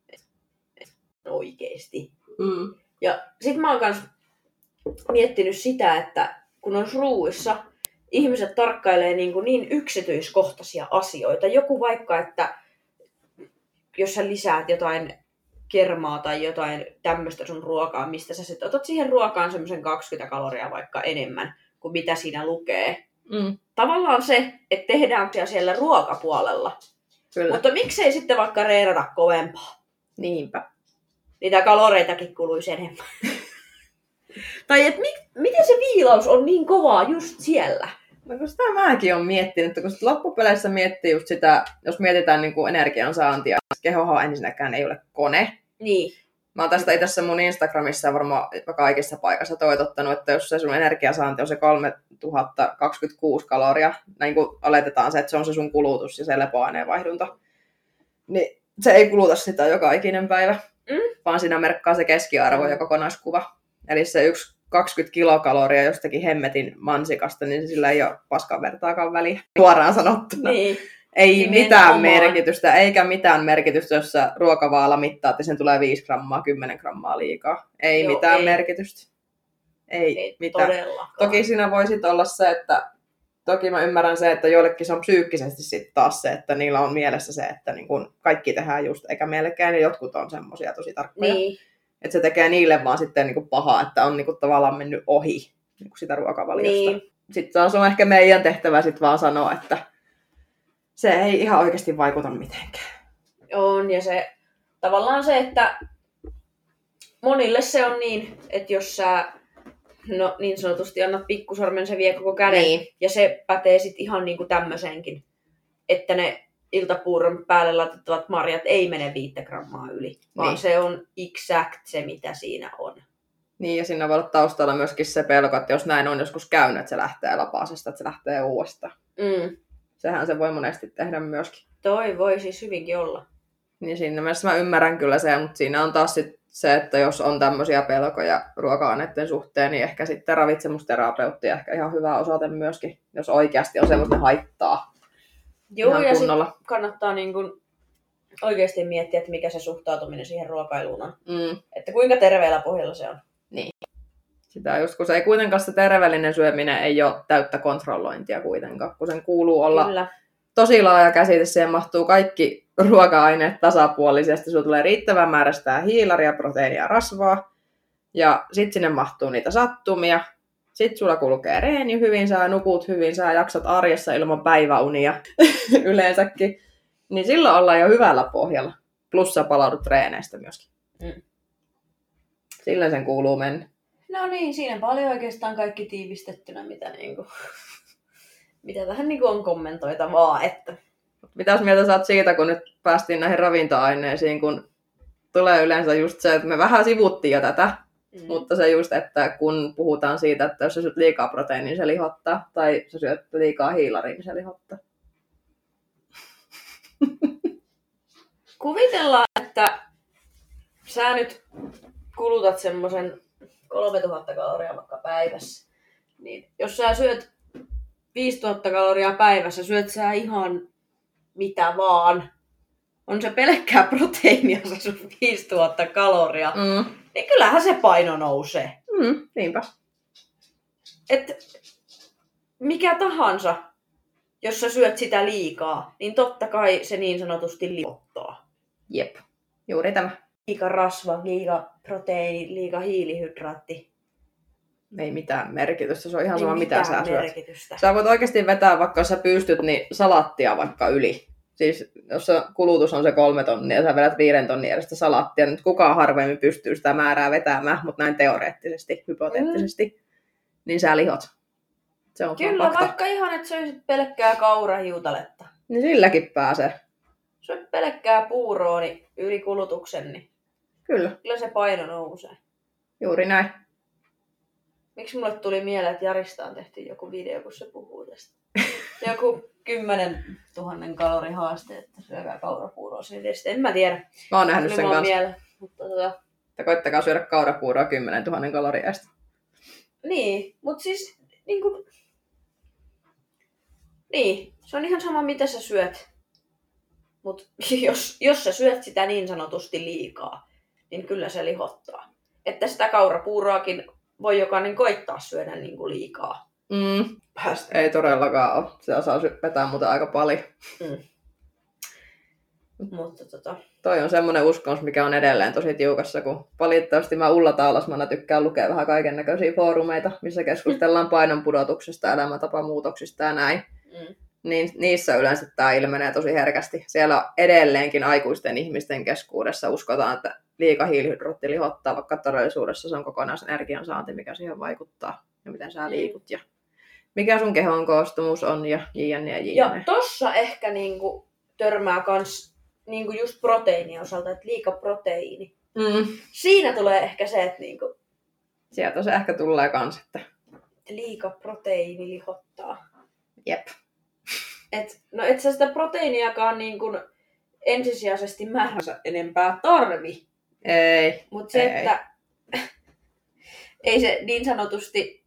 Oikeesti. Mm. Ja sit mä oon kans miettinyt sitä, että kun on ruuissa, ihmiset tarkkailee niin, kuin niin yksityiskohtaisia asioita. Joku vaikka, että jos sä lisäät jotain kermaa tai jotain tämmöistä sun ruokaa, mistä sä sit otat siihen ruokaan semmoisen kaksikymmentä kaloria vaikka enemmän kuin mitä siinä lukee. Mm. Tavallaan se, että tehdään siellä ruokapuolella. Kyllä. Mutta miksei sitten vaikka reerata kovempaa? Niinpä. Niitä kaloreitakin kuluisi enemmän. Tai et mi- miten se viilaus on niin kovaa just siellä? No kun sitä mäkin olen miettinyt, että kun sit loppupeleissä miettii just sitä, jos mietitään niin kuin energiansaantia, kehohan ensinnäkään ei ole kone. Niin. Mä oon tästä itse mun Instagramissa ja varmaan kaikissa paikassa toitottanut, että jos se sun energiasaanti on se kolmetuhatta kaksikymmentäkuusi kaloria, niin kuin oletetaan se, että se on se sun kulutus ja se lepoaineenvaihdunta, niin se ei kuluta sitä joka ikinen päivä, mm. vaan siinä merkkaa se keskiarvo ja kokonaiskuva. Eli se yksi kaksikymmentä kilokaloria jostakin hemmetin mansikasta, niin sillä ei ole paskan vertaakaan väliä, suoraan sanottuna. Niin. Ei Nimenomaan. mitään merkitystä, eikä mitään merkitystä, jos sä ruokavaala mittaat ja sen tulee viisi grammaa, kymmenen grammaa liikaa. Ei Joo, mitään ei. merkitystä. ei, ei mitään. todellakaan. Toki siinä voi sit olla se, että toki mä ymmärrän se, että joillekin se on psyykkisesti sitten taas se, että niillä on mielessä se, että niin kun kaikki tehdään just, eikä mielekään, ja jotkut on semmosia tosi tarkkoja. Niin. Että se tekee niille vaan sitten niin pahaa, että on niin tavallaan mennyt ohi niin sitä ruokavaliosta. Niin. Sitten taas on ehkä meidän tehtävä sit vaan sanoa, että se ei ihan oikeasti vaikuta mitenkään. On, ja se tavallaan se, että monille se on niin, että jos sä no, niin sanotusti annat pikkusormen, se vie koko käden. Niin. Ja se pätee sitten ihan niinku tämmöisenkin, että ne iltapuuron päälle laitettavat marjat ei mene viittä grammaa yli, vaan niin. Se on exact se, mitä siinä on. Niin, ja siinä voi olla taustalla myöskin se pelko, että jos näin on joskus käynyt, että se lähtee lapasesta, että se lähtee uudestaan. Mm. Sehän se voi monesti tehdä myöskin. Toi voi siis hyvinkin olla. Niin siinä mielessä mä ymmärrän kyllä sen, mutta siinä on taas sit se, että jos on tämmöisiä pelkoja ruoka-aineiden suhteen, niin ehkä sitten ravitsemusterapeutti ehkä ihan hyvä osoite myöskin, jos oikeasti on semmoista haittaa. Joo, ja sitten kannattaa niin kun oikeasti miettiä, että mikä se suhtautuminen siihen ruokailuun on. Mm. Että kuinka terveellä pohjalla se on. Niin. Sitä just, kun se ei kuitenkaan se terveellinen syöminen ei ole täyttä kontrollointia kuitenkaan, kun sen kuuluu olla Kyllä. tosi laaja käsite, siihen mahtuu kaikki ruoka-aineet tasapuolisesti, sulla tulee riittävän määrä sitä hiilaria, proteiinia ja rasvaa, ja sitten sinne mahtuu niitä sattumia, sitten sulla kulkee reeni hyvin, sä nukut hyvin, sä jaksat arjessa ilman päiväunia yleensäkin, niin silloin ollaan jo hyvällä pohjalla, plus sä palaudut treeneistä myöskin. Mm. Silloin sen kuuluu mennä. No niin, siinä paljon oikeastaan kaikki tiivistettynä, mitä, niinku, mitä tähän niinku on kommentoitavaa. Että... Mitäs mieltä sä oot siitä, kun nyt päästiin näihin ravintoaineisiin, kun tulee yleensä just se, että me vähän sivuttiin jo tätä, mm. mutta se just, että kun puhutaan siitä, että jos sä syöt liikaa proteiinia, niin se lihottaa, tai sä syöt liikaa hiilaria, niin se lihottaa. Kuvitellaan, että sä nyt kulutat semmoisen kolmetuhatta kaloria vaikka päivässä. Niin jos sä syöt viisituhatta kaloria päivässä, syöt sä ihan mitä vaan. On se pelkkää proteiinia, se sun viisituhatta kaloria. Mm. Niin kyllähän se paino nousee. Mm, niinpä. Et mikä tahansa, jos sä syöt sitä liikaa, niin totta kai se niin sanotusti lihottaa. Jep, juuri tämä. Liika rasva, liika proteiini, liika hiilihydraatti. Ei mitään merkitystä, se on ihan sama mitä sä merkitystä. syöt. Sä voit oikeasti vetää, vaikka jos sä pystyt, niin salattia vaikka yli. Siis jos kulutus on se kolme tonnia ja sä vedät viiden tonnia edestä salattia, niin kukaan harvemmin pystyy sitä määrää vetämään, mutta näin teoreettisesti, hypoteettisesti, mm. niin sä lihot. Se on Kyllä, fakta. Vaikka ihan, että söisit pelkkää kaurahiutaletta. Niin silläkin pääsee. Syöt pelkkää puuroa niin yli kulutuksen, niin Kyllä. Kyllä se paino nousee. Juuri näin. Miksi mulle tuli mieleen, että Jarista on tehty joku video, kun se puhuu tästä? Joku kymmenen tuhannen kalorin haaste, että syökää kaurapuuroa sen edestä. En mä tiedä. Mä oon nähnyt sen kanssa. Mieleen, mutta tota... koittakaa syödä kaurapuuroa kymmenen tuhannen kalorin edestä. Niin, mutta siis niin kuin... Niin, se on ihan sama mitä sä syöt. Mutta jos, jos sä syöt sitä niin sanotusti liikaa, niin kyllä se lihottaa. Että sitä kaurapuuroakin voi jokainen koittaa syödä niin kuin liikaa. Mm. Ei todellakaan ole. Se osaa vetää muuten aika paljon. Mm. Mutta tota... Toi on semmoinen uskomus, mikä on edelleen tosi tiukassa, kun valitettavasti mä Ulla Taalasmana tykkään lukea vähän kaiken näköisiä foorumeita, missä keskustellaan painonpudotuksesta, elämäntapamuutoksista ja näin. Mm. Niin niissä yleensä tämä ilmenee tosi herkästi. Siellä edelleenkin aikuisten ihmisten keskuudessa uskotaan, että liika hiilihydraatti lihottaa, vaikka todellisuudessa se on kokonaisenergian saanti, mikä siihen vaikuttaa ja miten sä liikut ja mikä sun kehon koostumus on ja jne ja jne. Ja tossa ehkä niinku törmää kans niinku just proteiinin osalta, että liika proteiini. Mm. Siinä tulee ehkä se, että niinku... Sieltä se ehkä tulee kans, että... Liika proteiini lihottaa. Jep. Et, no et sä sitä proteiiniakaan niin kuin ensisijaisesti määränsä enempää tarvi. Ei. Mutta se, ei. että ei se niin sanotusti,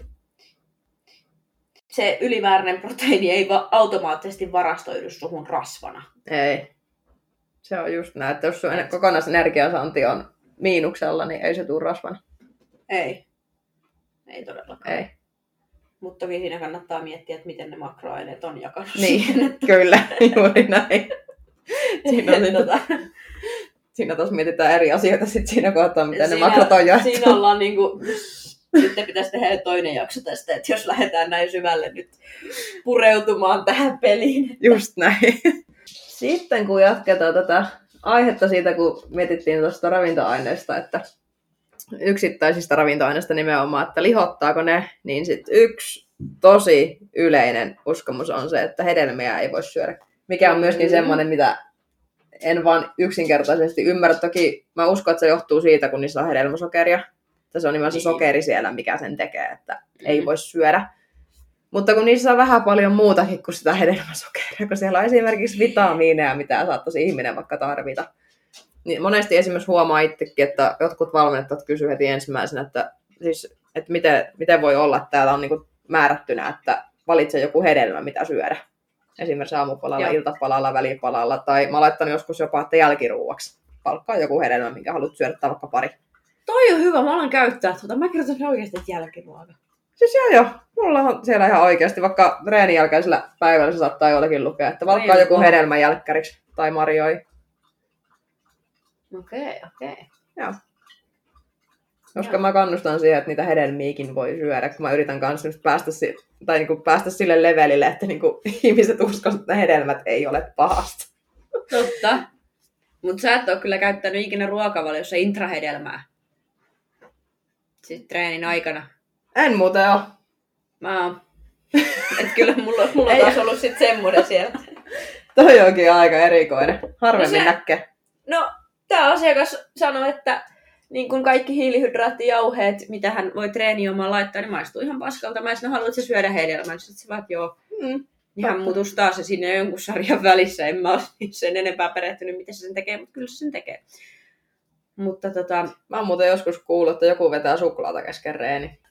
se ylimääräinen proteiini ei va- automaattisesti varastoidu suhun rasvana. Ei. Se on just näin, että jos sun kokonaisenergiasaanti on miinuksella, niin ei se tule rasvana. Ei. ei todellakaan. Ei. Mutta toki siinä kannattaa miettiä, että miten ne makroaineet on jakanut. Niin, kyllä, juuri näin. Siinä, on tota... siinä taas mietitään eri asioita sit siinä kohtaa, miten siinä, ne makrot on jaettu. Siinä ollaan niinku... Sitten pitäisi tehdä toinen jakso tästä, että jos lähdetään näin syvälle nyt pureutumaan tähän peliin. Just näin. Sitten kun jatketaan tätä aihetta siitä, kun mietittiin tuosta ravintoaineista, että yksittäisistä ravintoaineista nimenomaan, että lihottaako ne, niin sitten yksi tosi yleinen uskomus on se, että hedelmiä ei voi syödä. Mikä on myöskin semmoinen, mitä en vaan yksinkertaisesti ymmärrä. Toki mä uskon, että se johtuu siitä, kun niissä on hedelmäsokeria. Että se on nimenomaan se sokeri siellä, mikä sen tekee, että mm-hmm. ei voi syödä. Mutta kun niissä on vähän paljon muutakin kuin sitä hedelmäsokeria, kun siellä on esimerkiksi vitamiineja, mitä saattaisi ihminen vaikka tarvita. Niin monesti esimerkiksi huomaa itsekin, että jotkut valmentajat kysyvät heti ensimmäisenä, että, siis, että miten, miten voi olla, että täällä on niin kuin määrättynä, että valitse joku hedelmä, mitä syödä. Esimerkiksi aamupalalla, Joo. iltapalalla, välipalalla. Tai mä oon laittanut joskus jopa, että jälkiruuaksi palkkaa joku hedelmä, minkä haluat syödä, tai vaikka pari. Toi on hyvä, mä alan käyttää tuota. Mä kirjoitan oikeasti, että jälkiruoka. Siis joo joo. Mulla on siellä ihan oikeasti, vaikka treenin jälkeisellä päivällä se saattaa jollakin lukea, että valkkaa joku on. Hedelmän jälkkäriksi tai marjoi. Okei, okay, okei. Okay. Joo. Koska joo. Mä kannustan siihen, että niitä hedelmiäkin voi syödä, kun mä yritän kanssa päästä, si- tai niinku päästä sille levelille, että niinku ihmiset uskovat, että hedelmät ei ole pahasta. Totta. Mutta sä et ole kyllä käyttänyt ikinä ruokavaliossa intrahedelmää. Siis treenin aikana. En muuten oo. Mä oon. Et kyllä mulla, mulla on taas ollut sit semmonen siellä. Toi onkin aika erikoinen. Harvemmin no näkee. No, tää asiakas sanoi, että niin kun kaikki hiilihydraattijauheet, mitä hän voi treeniomaan laittaa, niin maistuu ihan paskalta. Mä sanoin, haluatko syödä hedelmän? Sitten se vaan, että joo. Mm, ihan mutus taas se sinne jonkun sarjan välissä. En mä ole sen enempää perehtynyt, mitä se sen tekee, mutta kyllä se sen tekee. Mutta tota... Mä oon muuten joskus kuullut, että joku vetää suklaata kesken reeni.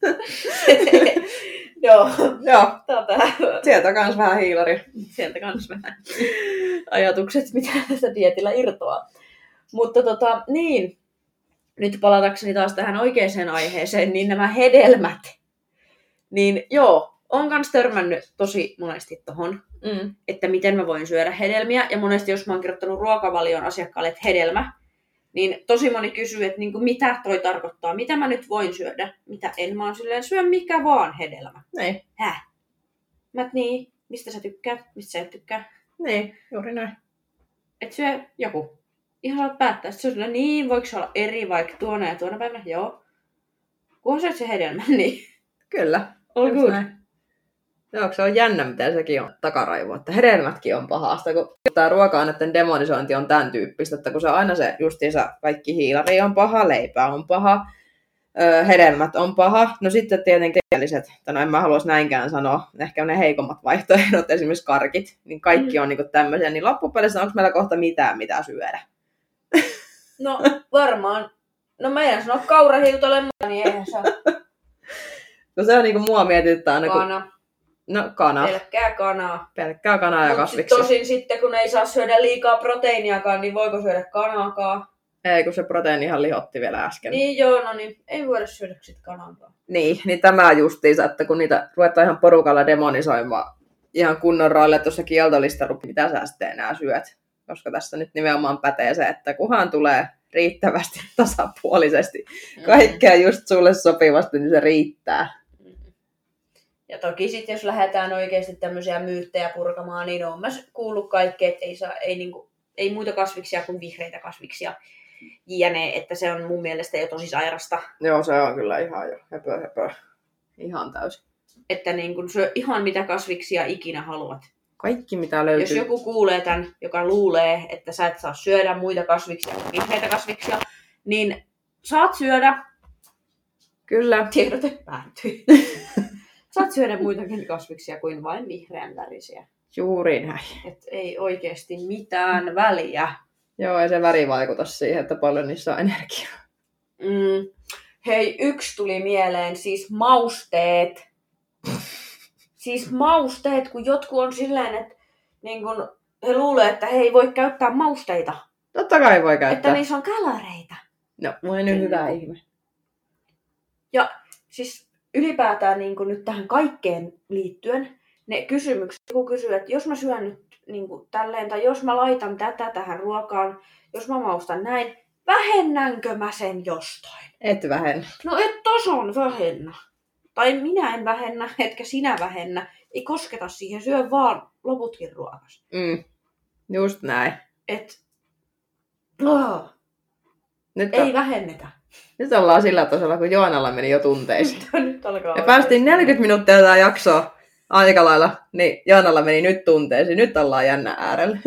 Joo. Joo. Tota... Sieltä kans vähän hiilari. Sieltä kans vähän ajatukset, mitä tässä dietillä irtoaa. Mutta tota, niin. Nyt palatakseni taas tähän oikeaan aiheeseen, niin nämä hedelmät. Niin joo, oon kans törmännyt tosi monesti tohon, mm. että miten mä voin syödä hedelmiä. Ja monesti jos mä oon kirjoittanut ruokavalion asiakkaalle, että hedelmä, niin tosi moni kysyy, että niin kuin, mitä toi tarkoittaa, mitä mä nyt voin syödä, mitä en. Mä oon silleen, syö mikä vaan hedelmä. Niin. Häh? Mä et niin, mistä sä tykkäät, mistä sä et tykkää. Niin, juuri näin. Et syö joku. Ihan saat päättää. Sitten se on silleen, niin, voiko se olla eri vaikka tuona ja tuona päivänä? Joo. Kunhan syöt se hedelmä, niin. Kyllä. All good. Joo, se on jännä, miten sekin on takaraivoa, että hedelmätkin on pahasta, kun tämä ruoka-aineiden demonisointi on tämän tyyppistä, että kun se aina se justiinsa kaikki hiilari on paha, leipä on paha, öö, hedelmät on paha, no sitten tietenkin kieliset, että no en mä haluaisi näinkään sanoa, ehkä ne heikommat vaihtoehdot, esimerkiksi karkit, niin kaikki on niinku tämmöisiä, niin loppupelissä onko meillä kohta mitään mitä syödä? No varmaan, no meidän sanoo kaurahiutale, niin eihän se ole. No se on niinku mua mietityttää aina, kun... Kana. No kana. Pelkkää kanaa. Pelkkää kanaa ja Mut kasviksia. Tosin sitten, kun ei saa syödä liikaa proteiiniakaan, niin voiko syödä kanaakaan? Ei, kun se proteiinihan lihotti vielä äsken. Niin joo, no niin, ei voida syödä sit kanaakaan. Niin, niin tämä justiinsa, että kun niitä ruvetaan ihan porukalla demonisoimaan ihan kunnon roille tuossa kieltolista, mitä sä sitten enää syöt. Koska tässä nyt nimenomaan pätee se, että kunhan tulee riittävästi tasapuolisesti kaikkea just sulle sopivasti, niin se riittää. Ja toki sitten jos lähdetään oikeasti tämmöisiä myyttejä purkamaan, niin on mä kuullut kaikkea, että ei, saa, ei, niinku, ei muita kasviksia kuin vihreitä kasviksia. Jne, että se on mun mielestä jo tosi sairasta. Joo, se on kyllä ihan jo höpö, höpö. Ihan täysin. Että niin kun syö ihan mitä kasviksia ikinä haluat. Kaikki mitä löytyy. Jos joku kuulee tämän, joka luulee, että sä et saa syödä muita kasviksia kuin vihreitä kasviksia, niin saat syödä. Kyllä. Tiedote päättyi. Saat syödä muitakin kasviksia kuin vain vihreän värisiä. Juuri näin. Et ei oikeasti mitään väliä. Joo, ei se väri vaikuta siihen, että paljon niissä on energiaa. Mm. Hei, yksi tuli mieleen, siis mausteet. Siis mausteet, kun jotkut on silleen, että niin kun he luulee, että he ei voi käyttää mausteita. Totta kai voi käyttää. Että niissä on kaloreita. No, voi nyt hyvä ihme. Ja siis ylipäätään niin kuin nyt tähän kaikkeen liittyen ne kysymykset, kun kysyy, että jos mä syön nyt niin kuin tälleen, tai jos mä laitan tätä tähän ruokaan, jos mä maustan näin, vähennänkö mä sen jostain? Et vähennä. No et tasan vähennä. Tai minä en vähennä, etkä sinä vähennä. Ei kosketa siihen, syö vaan loputkin ruokas. Mm. Just näin. Et... Oh. Nyt Ei on... vähennetä. Nyt ollaan sillä tasolla, kun Joanalla meni jo tunteisiin. Nyt alkaa ja päästiin neljäkymmentä minuuttia tätä jaksoa aika lailla, niin Joanalla meni nyt tunteisiin. Nyt ollaan jännä äärellä.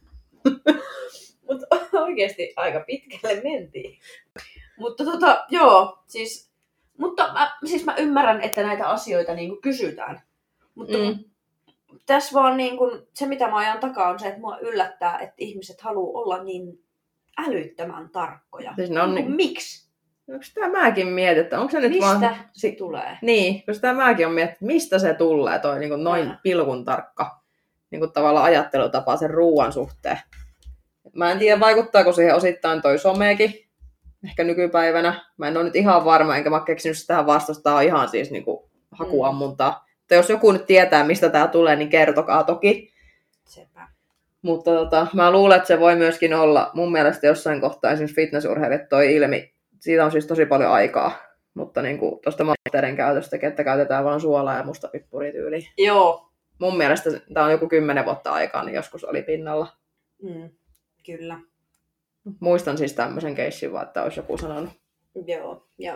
Mutta oikeesti aika pitkälle mentiin. Mutta tota, joo, siis, mutta mä, siis mä ymmärrän, että näitä asioita niinku kysytään. Mutta mm. tässä vaan niinku, se, mitä mä ajan takaa, on se, että mua yllättää, että ihmiset haluaa olla niin älyttömän tarkkoja. Siis on niin, niin... Miksi? Onko sitä mäkin mietin, että onko se nyt mistä vaan... Mistä se tulee? Niin, koska sitä mäkin on miettinyt, mistä se tulee, toi niin kuin noin pilkun tarkka niin kuin tavallaan ajattelutapa sen ruoan suhteen. Mä en tiedä, vaikuttaako siihen osittain toi somekin, ehkä nykypäivänä. Mä en ole nyt ihan varma, enkä mä keksinyt sitä tähän vastustaa ihan siis niin kuin hakuammuntaa. Mm. Mutta jos joku nyt tietää, mistä tää tulee, niin kertokaa toki. Sepä. Mutta tota, mä luulen, että se voi myöskin olla, mun mielestä jossain kohtaa esimerkiksi fitnessurheilijat toi ilmi. Siitä on siis tosi paljon aikaa, mutta niin kuin tuosta monsterin käytöstäkin, että käytetään vain suolaa ja mustapippuri-tyyliin. Joo. Mun mielestä tämä on joku kymmenen vuotta aikaa, niin joskus oli pinnalla. Mm, kyllä. Muistan siis tämmöisen keissin vaan, että olisi joku sanonut. Joo, ja...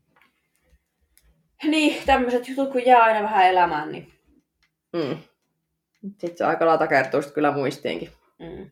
Niin, tämmöiset jutut kun jää aina vähän elämään, niin... Mm. Sitten se aika lailla takertuu kyllä muistiinkin. Mm.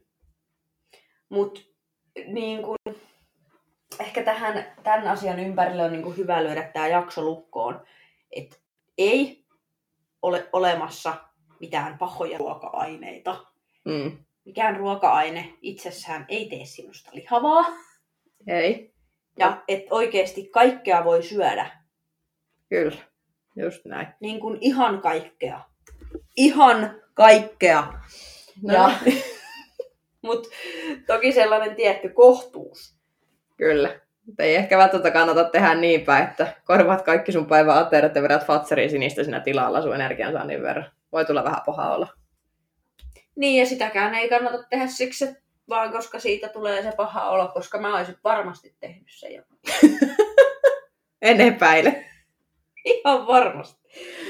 Mut niin kun... Ehkä tähän, tämän asian ympärille on niin kuin hyvä lyödä tämä jakso lukkoon, että ei ole olemassa mitään pahoja ruoka-aineita. Mm. Mikään ruoka-aine itsessään ei tee sinusta lihavaa. Ei. Ja että oikeasti kaikkea voi syödä. Kyllä, just näin. Niin kuin ihan kaikkea. Ihan kaikkea. No. Ja... Mutta toki sellainen tietty kohtuus. Kyllä. Mutta ei ehkä välttämättä kannata tehdä niin päin, että korvaat kaikki sun päivän ateriat ja vedät Fatseriin sinistä siinä tilalla sun energiansaannin verran. Voi tulla vähän paha olla. Niin, ja sitäkään ei kannata tehdä siksi, vaan koska siitä tulee se paha olo, koska mä olisin varmasti tehnyt sen jo. En epäile. Ihan varmasti.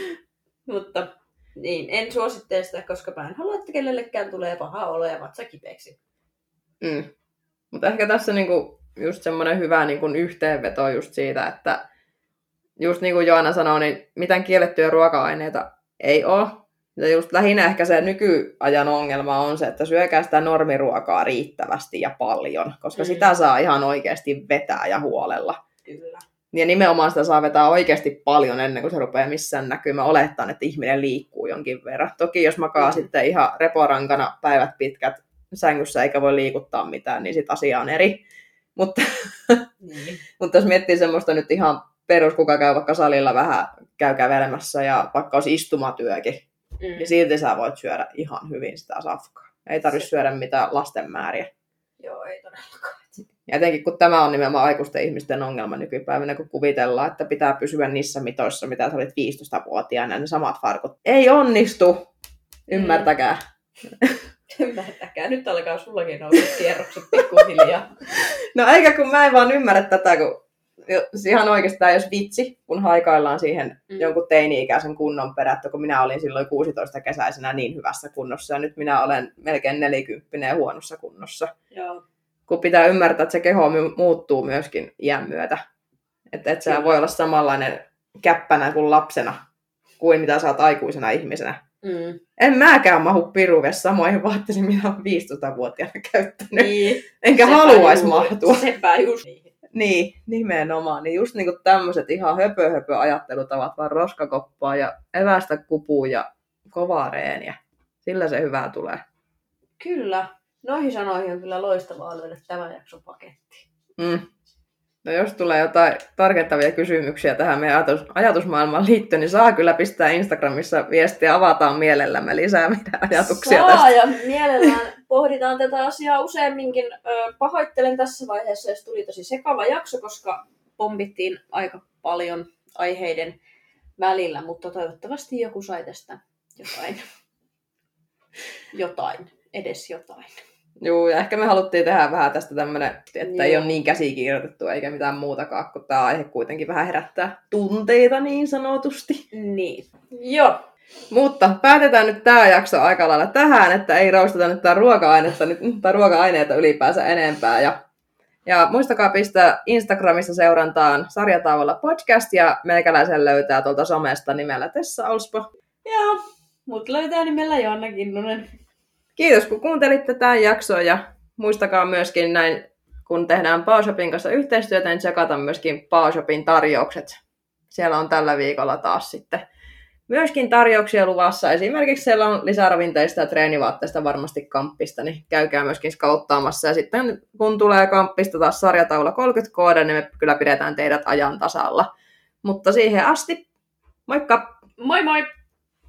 Mutta niin, en suosittele sitä, koska mä en halua, että kenellekään tulee paha olo ja vatsa kipeäksi. Mm. Mutta ehkä tässä niinku just semmoinen hyvä niinku yhteenveto just siitä, että just niin kuin Joana sanoi, niin mitään kiellettyjä ruoka-aineita ei ole. Ja just lähinnä ehkä se nykyajan ongelma on se, että syökää sitä normiruokaa riittävästi ja paljon, koska mm. sitä saa ihan oikeasti vetää ja huolella. Kyllä. Ja nimenomaan sitä saa vetää oikeasti paljon ennen kuin se rupeaa missään näkymään. Olettaen, että ihminen liikkuu jonkin verran. Toki jos makaa mm. sitten ihan reporankana päivät pitkät sängyssä eikä voi liikuttaa mitään, niin sit asia on eri. Mutta, niin. Mutta jos miettii semmoista nyt ihan perus, kuka käy vaikka salilla vähän, käy kävelemässä ja vaikka olisi istumatyökin, mm. niin silti sä voit syödä ihan hyvin sitä safkaa. Ei tarvitse syödä mitään lastenmääriä. Joo, ei todellakaan. Ja etenkin kun tämä on nimenomaan aikuisten ihmisten ongelma nykypäivänä, kun kuvitellaan, että pitää pysyä niissä mitoissa, mitä sä olit viisitoistavuotiaana, ne samat farkut. Ei onnistu! Ymmärtäkää. Mm. Ymmärtäkää. Nyt alkaa sullakin olla kierrokset pikkuhiljaa. No eikä kun mä en vaan ymmärrä tätä, kun ihan oikeasti tämä ei olisi vitsi, kun haikaillaan siihen mm. jonkun teini-ikäisen kunnon perättä, kun minä olin silloin kuusitoista kesäisenä niin hyvässä kunnossa, ja nyt minä olen melkein nelikymppinen ja huonossa kunnossa. Joo. Kun pitää ymmärtää, että se keho muuttuu myöskin iän myötä. Että et sä voi olla samanlainen käppänä kuin lapsena, kuin mitä sä oot aikuisena ihmisenä. Mm. En mäkään mahu piruvessa samoihin vaatteisiin, mitä olen viisitoistavuotiaana käyttänyt. Niin. Enkä sepä haluaisi juuri mahtua. Sepä just niin. Niin, nimenomaan. Niin just niinku tämmöiset ihan höpö höpö ajattelutavat, vaan roskakoppaa ja evästä kupuun ja kovaa reeniä. Sillä se hyvää tulee. Kyllä. Noihin sanoihin on kyllä loistavaa löydä tämän jakson paketti. Mm. No jos tulee jotain tarkentavia kysymyksiä tähän meidän ajatus, ajatusmaailmaan liittyen, niin saa kyllä pistää Instagramissa viestiä, avataan mielellämme lisää meidän ajatuksia saa, tästä. Ja mielellään pohditaan tätä asiaa useamminkin. Pahoittelen tässä vaiheessa, jos tuli tosi sekava jakso, koska pompittiin aika paljon aiheiden välillä, mutta toivottavasti joku sai tästä jotain. jotain, edes jotain. Joo, ja ehkä me haluttiin tehdä vähän tästä tämmönen, että Joo. ei ole niin käsikirjoitettu eikä mitään muutakaan, kun tämä aihe kuitenkin vähän herättää tunteita niin sanotusti. Niin. Joo. Mutta päätetään nyt tämä jakso aika lailla tähän, että ei rousteta nyt tää ruoka-ainetta nyt, tai ruoka-aineita ylipäänsä enempää. Ja, ja muistakaa pistää Instagramissa seurantaan Sarjatauolla podcast, ja meikäläisen löytää tuolta somesta nimellä Tessa Olspo. Joo, mut löytää nimellä Joanna Kinnunen. Kiitos kun kuuntelitte tämän jakson, ja muistakaa myöskin näin, kun tehdään Baushopin kanssa yhteistyötä, niin tsekata myöskin Baushopin tarjoukset. Siellä on tällä viikolla taas sitten myöskin tarjouksia luvassa. Esimerkiksi siellä on lisäravinteista ja treenivaatteista varmasti kamppista, niin käykää myöskin skauttaamassa. Ja sitten kun tulee kamppista taas sarjataula kolmekymmentä koode, niin me kyllä pidetään teidät ajan tasalla. Mutta siihen asti, moikka! Moi moi!